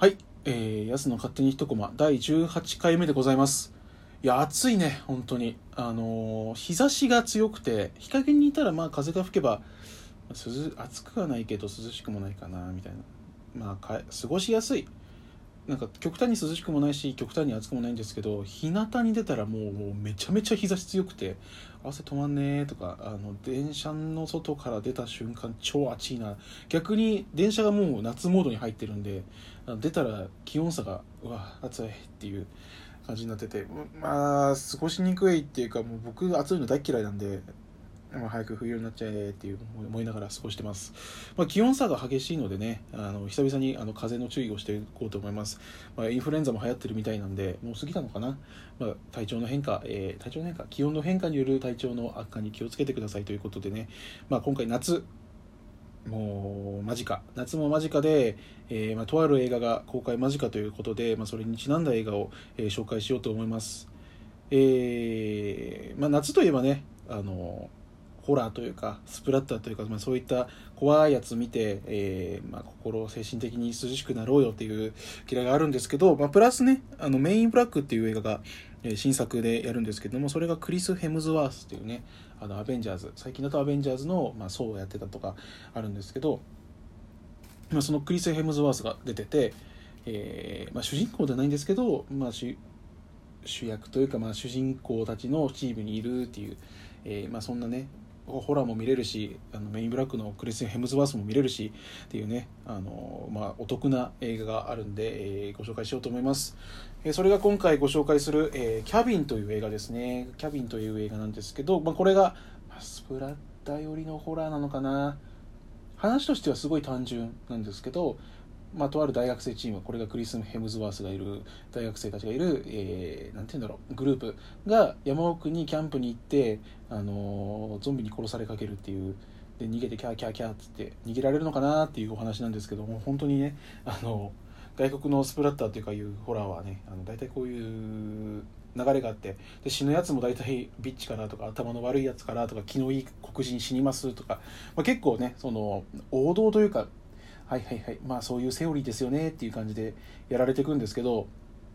はい、やすの勝手に一コマ第18回目でございます。いや暑いね本当に。日差しが強くて日陰にいたらまあ風が吹けば暑くはないけど涼しくもないかなみたいな、過ごしやすい。なんか極端に涼しくもないし極端に暑くもないんですけど、日向に出たらもうめちゃめちゃ日差し強くて汗止まんねーとか、電車の外から出た瞬間超暑いな。逆に電車がもう夏モードに入ってるんで、出たら気温差がうわ暑いっていう感じになってて、まあ過ごしにくいっていうか、もう僕暑いの大嫌いなんで、早く冬になっちゃえっていう思いながら過ごしてます。気温差が激しいのでね、久々に風邪の注意をしていこうと思います。インフルエンザも流行ってるみたいなんで、もう過ぎたのかな。体調の変化、気温の変化による体調の悪化に気をつけてくださいということでね、今回夏もう間近、夏も間近で、とある映画が公開間近ということで、それにちなんだ映画を、紹介しようと思います。夏といえばね、ホラーというかスプラッターというか、そういった怖いやつ見て、精神的に涼しくなろうよっていう嫌いがあるんですけど、プラスね、メインブラックっていう映画が、新作でやるんですけども、それがクリス・ヘムズワースっていうね、アベンジャーズ、最近だとアベンジャーズの、ソーをやってたとかあるんですけど、そのクリス・ヘムズワースが出てて、主人公じゃないんですけど、主役というか、主人公たちのチームにいるっていう、そんなねホラーも見れるし、メインブラックのクリス・ヘムズワースも見れるしっていうね、お得な映画があるんで、ご紹介しようと思います。それが今回ご紹介する、キャビンという映画ですね。キャビンという映画なんですけど、これがスプラッタ寄りのホラーなのかな。話としてはすごい単純なんですけど、とある大学生チーム、これがクリス・ヘムズワースがいる大学生たちがいる、なんていうんだろう、グループが山奥にキャンプに行って、ゾンビに殺されかけるっていう。で逃げてキャーキャーキャーっつって逃げられるのかなっていうお話なんですけども、本当にね、外国のスプラッターというかいうホラーはね、大体こういう流れがあって、で死ぬやつも大体ビッチからとか頭の悪いやつからとか気のいい黒人死にますとか、結構ねその王道というか、はいはいはい、そういうセオリーですよねっていう感じでやられていくんですけど、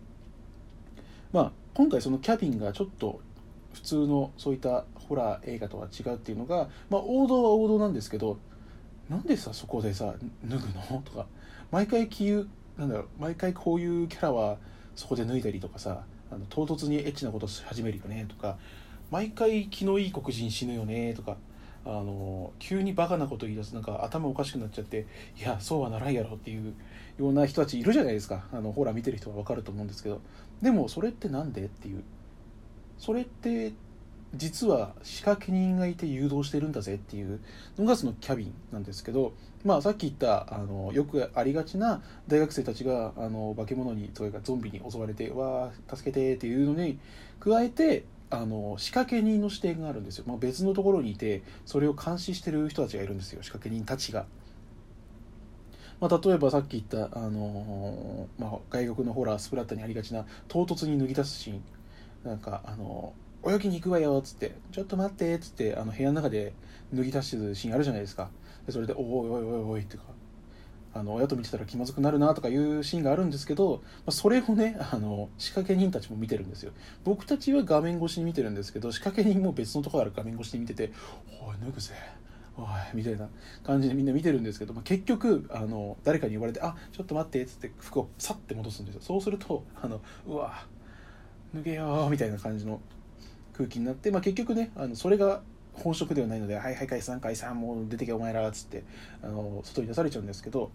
今回そのキャビンがちょっと普通のそういったホラー映画とは違うっていうのが、王道は王道なんですけど、なんでさそこでさ脱ぐのとか、毎回毎回こういうキャラはそこで脱いだりとかさ、唐突にエッチなことし始めるよねとか、毎回気のいい黒人死ぬよねとか、急にバカなこと言い出す、なんか頭おかしくなっちゃって、いやそうはならんやろっていうような人たちいるじゃないですか。ホラー見てる人は分かると思うんですけど、でもそれってなんでっていう、それって実は仕掛け人がいて誘導してるんだぜっていうのがそのキャビンなんですけど、さっき言ったよくありがちな大学生たちが化け物にというかゾンビに襲われてわー助けてっていうのに加えて、仕掛け人の視点があるんですよ。別のところにいてそれを監視してる人たちがいるんですよ、仕掛け人たちが。例えばさっき言った、外国のホラースプラッタにありがちな唐突に脱ぎ出すシーン、なんか泳ぎに行くわよっつってちょっと待ってっつって部屋の中で脱ぎ出すシーンあるじゃないですか。でそれでおいおいおいおいってか、親と見てたら気まずくなるなとかいうシーンがあるんですけど、それをね仕掛け人たちも見てるんですよ。僕たちは画面越しに見てるんですけど、仕掛け人も別のところから画面越しに見てて、おい脱ぐぜおいみたいな感じでみんな見てるんですけど、結局誰かに言われてちょっと待ってっつって服をサッて戻すんですよ。そうするとうわ脱げよみたいな感じの空気になって、結局ねそれが本職ではないので、はいはい解散解散もう出てけお前らっつって外に出されちゃうんですけど、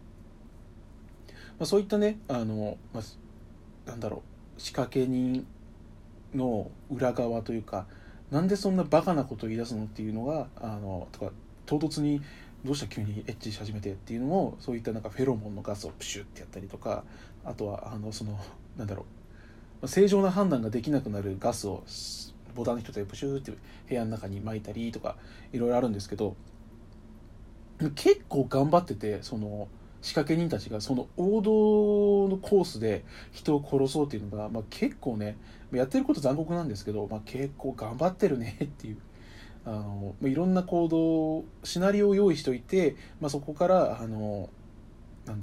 そういったねなんだろう、仕掛け人の裏側というか、なんでそんなバカなことを言い出すのっていうのがとか、唐突にどうした急にエッチし始めてっていうのも、そういったなんかフェロモンのガスをプシュってやったりとか、あとはそのなんだろう、正常な判断ができなくなるガスをボタンの一つでプシューって部屋の中に撒いたりとか、いろいろあるんですけど、結構頑張ってて、その仕掛け人たちがその王道のコースで人を殺そうっていうのが、結構ねやってること残酷なんですけど、結構頑張ってるねっていう、いろんな行動シナリオを用意しておいて、そこからなんだろ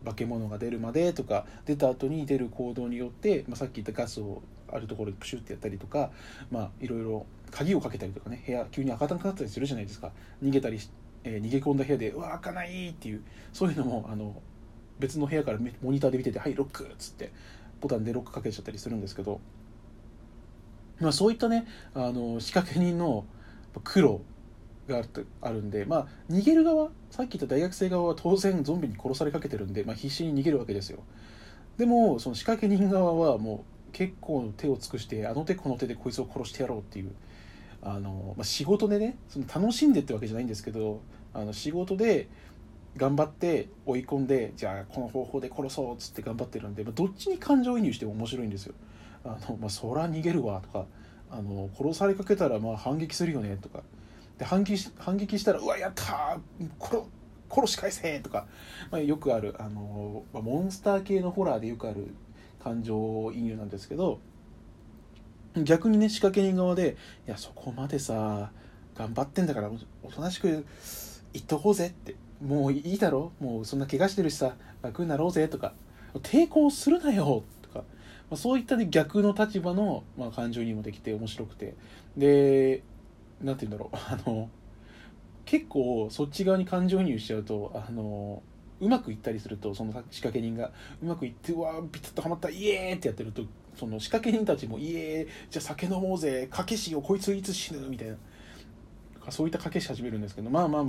化け物が出るまでとか、出た後に出る行動によって、さっき言ったガスをあるところでプシュってやったりとか、いろいろ鍵をかけたりとかね、部屋急に開かなくなったりするじゃないですか。逃げたり逃げ込んだ部屋でうわ開かないっていう、そういうのも別の部屋からモニターで見てて、はいロックっつってボタンでロックかけちゃったりするんですけど、そういったね仕掛け人の苦労があるんで、逃げる側、さっき言った大学生側は当然ゾンビに殺されかけてるんで、必死に逃げるわけですよ。でもその仕掛け人側はもう結構手を尽くして、あの手この手でこいつを殺してやろうっていう仕事でね、その楽しんでってわけじゃないんですけど、仕事で頑張って追い込んで、じゃあこの方法で殺そうっつって頑張ってるんで、どっちに感情移入しても面白いんですよ。そら逃げるわとか、殺されかけたら反撃するよねとかで、反撃したらうわやったー殺し返せとか、よくあるモンスター系のホラーでよくある感情移入なんですけど、逆にね仕掛け人側で、いやそこまでさ頑張ってんだからおとなしく言っとこうぜって、もういいだろ、もうそんな怪我してるしさ楽になろうぜとか、抵抗するなよとか、そういった、ね、逆の立場の、感情にもできて面白くて、でなんて言うんだろう結構そっち側に感情移入しちゃうとうまくいったりすると、その仕掛け人がうまくいってうわビタッとはまったイエーってやってると、その仕掛け人たちもイエーじゃあ酒飲もうぜ賭けしようこいついつ死ぬみたいな、そういった賭けし始めるんですけど、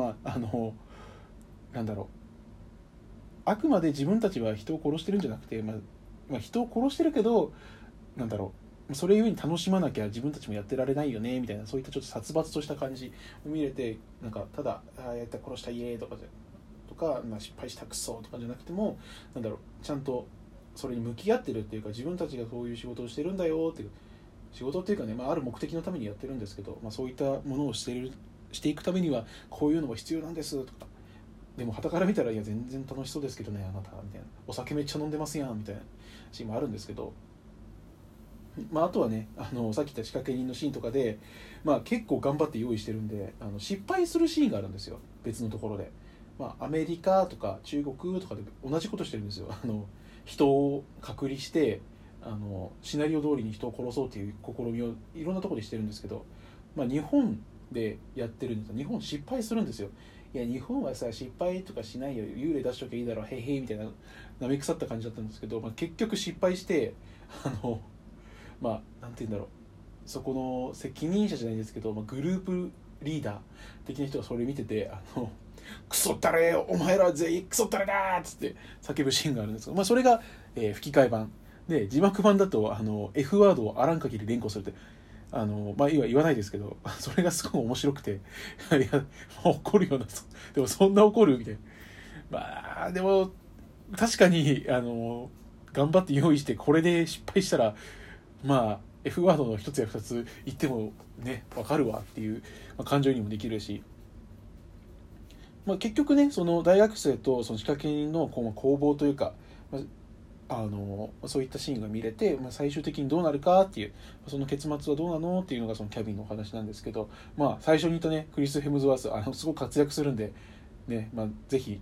なんだろう、あくまで自分たちは人を殺してるんじゃなくて、人を殺してるけどなんだろう、それゆえに楽しまなきゃ自分たちもやってられないよねみたいな、そういったちょっと殺伐とした感じを見れて、なんかただやった殺したイエーとか失敗したクソとかじゃなくても、なんだろう、ちゃんとそれに向き合ってるっていうか、自分たちがそういう仕事をしてるんだよっていう、仕事っていうかね、ある目的のためにやってるんですけど、そういったものをしていくためにはこういうのが必要なんですとか、でも傍から見たらいや全然楽しそうですけどねあなたみたいな、お酒めっちゃ飲んでますやんみたいなシーンもあるんですけど、あとはねさっき言った仕掛け人のシーンとかで、結構頑張って用意してるんで失敗するシーンがあるんですよ、別のところで。アメリカとか中国とかで同じことしてるんですよ。人を隔離してシナリオ通りに人を殺そうっていう試みをいろんなところでしてるんですけど、日本でやってるんですよ。日本失敗するんですよ。いや日本はさ失敗とかしないよ、幽霊出しときゃいいだろへいへいみたいななめ腐った感じだったんですけど、結局失敗してなんて言うんだろう、そこの責任者じゃないですけど、グループリーダー的な人がそれ見ててクソったれお前ら全員クソったれだーっつって叫ぶシーンがあるんですけど、それが、吹き替え版で、字幕版だとF ワードをあらん限り連呼するって言わないですけどそれがすごい面白くていや怒るような、でもそんな怒るみたいな、でも確かに頑張って用意してこれで失敗したらF ワードの一つや二つ言ってもね分かるわっていう、感情にもできるし、結局ねその大学生とその仕掛け人の攻防というか、そういったシーンが見れて、最終的にどうなるかっていう、その結末はどうなのっていうのがそのキャビンのお話なんですけど、最初に言ったねクリス・ヘムズワースすごく活躍するんでね、ぜひ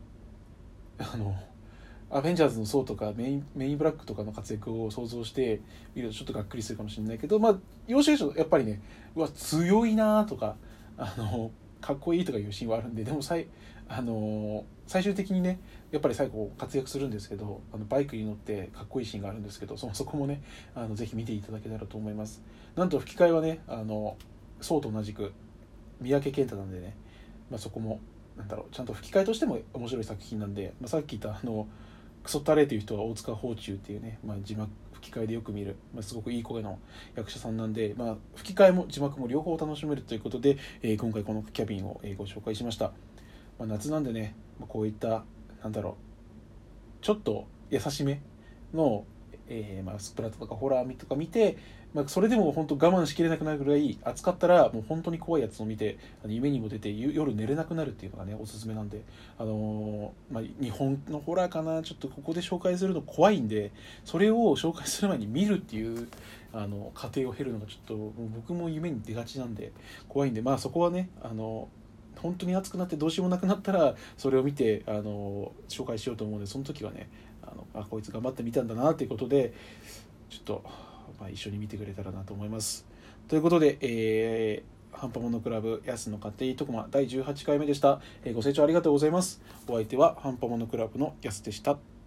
アベンジャーズのソーとかメインブラックとかの活躍を想像して見るとちょっとがっくりするかもしれないけど、要所要所やっぱりねうわ強いなとかかっこいいとかいうシーンはあるんで、でも最終的にねやっぱり最後活躍するんですけど、バイクに乗ってかっこいいシーンがあるんですけど、そこもねぜひ見ていただけたらと思います。なんと吹き替えはねソーと同じく三宅健太なんでね、そこもちゃんと吹き替えとしても面白い作品なんで、さっき言ったクソタレという人は大塚芳忠っていうね、字幕吹き替えでよく見る、すごくいい声の役者さんなんで、吹き替えも字幕も両方楽しめるということで、今回このキャビンを、ご紹介しました。夏なんでね、こういったちょっと優しめの、スプラッタとかホラーとか見て、それでも本当我慢しきれなくなるぐらい暑かったらもう本当に怖いやつを見て夢にも出て夜寝れなくなるっていうのがねおすすめなんで、日本のホラーかな、ちょっとここで紹介するの怖いんで、それを紹介する前に見るっていう過程を経るのがちょっと僕も夢に出がちなんで怖いんで、そこはね本当に熱くなってどうしようもなくなったらそれを見て紹介しようと思うので、その時はねこいつ頑張ってみたんだなということでちょっと、一緒に見てくれたらなと思います。ということで、ハンパモノクラブやすの勝手に特マ第18回目でした。ご清聴ありがとうございます。お相手はハンパモノクラブのやすでした。